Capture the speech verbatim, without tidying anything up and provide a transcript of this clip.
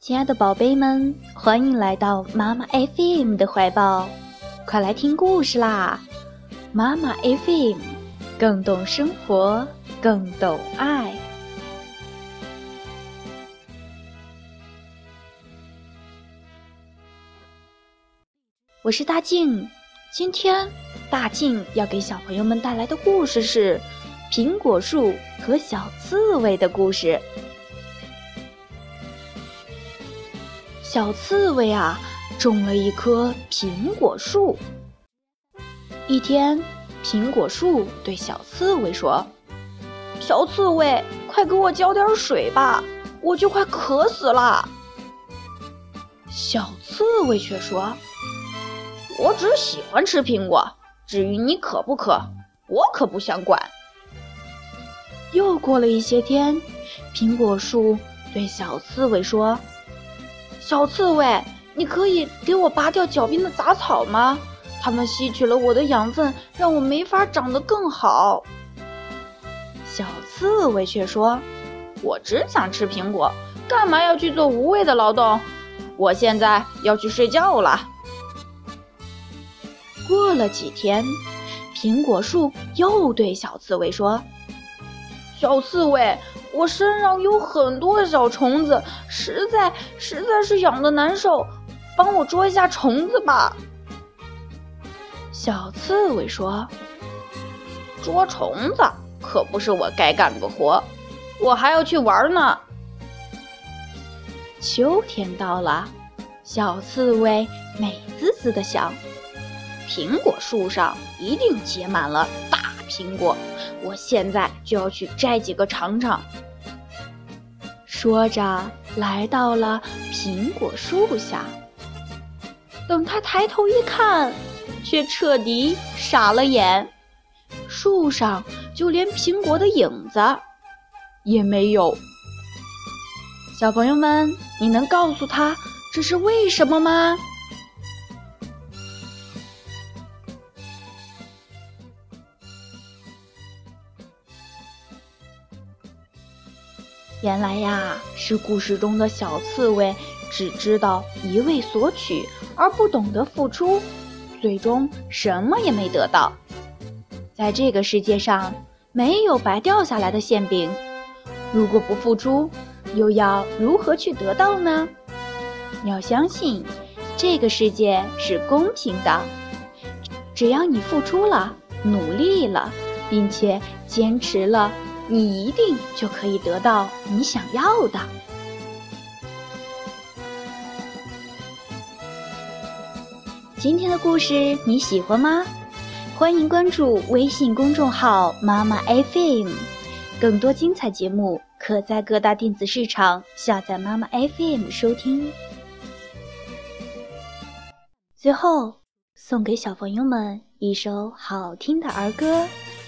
亲爱的宝贝们，欢迎来到妈妈 F M 的怀抱，快来听故事啦！妈妈 F M， 更懂生活，更懂爱。我是大静，今天大静要给小朋友们带来的故事是苹果树和小刺猬的故事。小刺猬啊，种了一棵苹果树。一天，苹果树对小刺猬说：“小刺猬，快给我浇点水吧，我就快渴死了。”小刺猬却说：“我只喜欢吃苹果，至于你渴不渴，我可不想管。”又过了一些天，苹果树对小刺猬说：“小刺猬，你可以给我拔掉脚边的杂草吗？它们吸取了我的养分，让我没法长得更好。”小刺猬却说：“我只想吃苹果，干嘛要去做无谓的劳动？我现在要去睡觉了。”过了几天，苹果树又对小刺猬说：“小刺猬，我身上有很多小虫子，实在实在是痒得难受，帮我捉一下虫子吧。”小刺猬说：“捉虫子可不是我该干的活，我还要去玩呢。”秋天到了，小刺猬美滋滋地想，苹果树上一定结满了大苹果，我现在就要去摘几个尝尝。说着来到了苹果树下，等他抬头一看，却彻底傻了眼，树上就连苹果的影子也没有。小朋友们，你能告诉他这是为什么吗？原来呀，是故事中的小刺猬只知道一味索取，而不懂得付出，最终什么也没得到。在这个世界上，没有白掉下来的馅饼，如果不付出，又要如何去得到呢？要相信，这个世界是公平的，只要你付出了，努力了，并且坚持了，你一定就可以得到你想要的。今天的故事你喜欢吗？欢迎关注微信公众号妈妈 F M， 更多精彩节目可在各大电子市场下载妈妈 F M 收听。最后送给小朋友们一首好听的儿歌，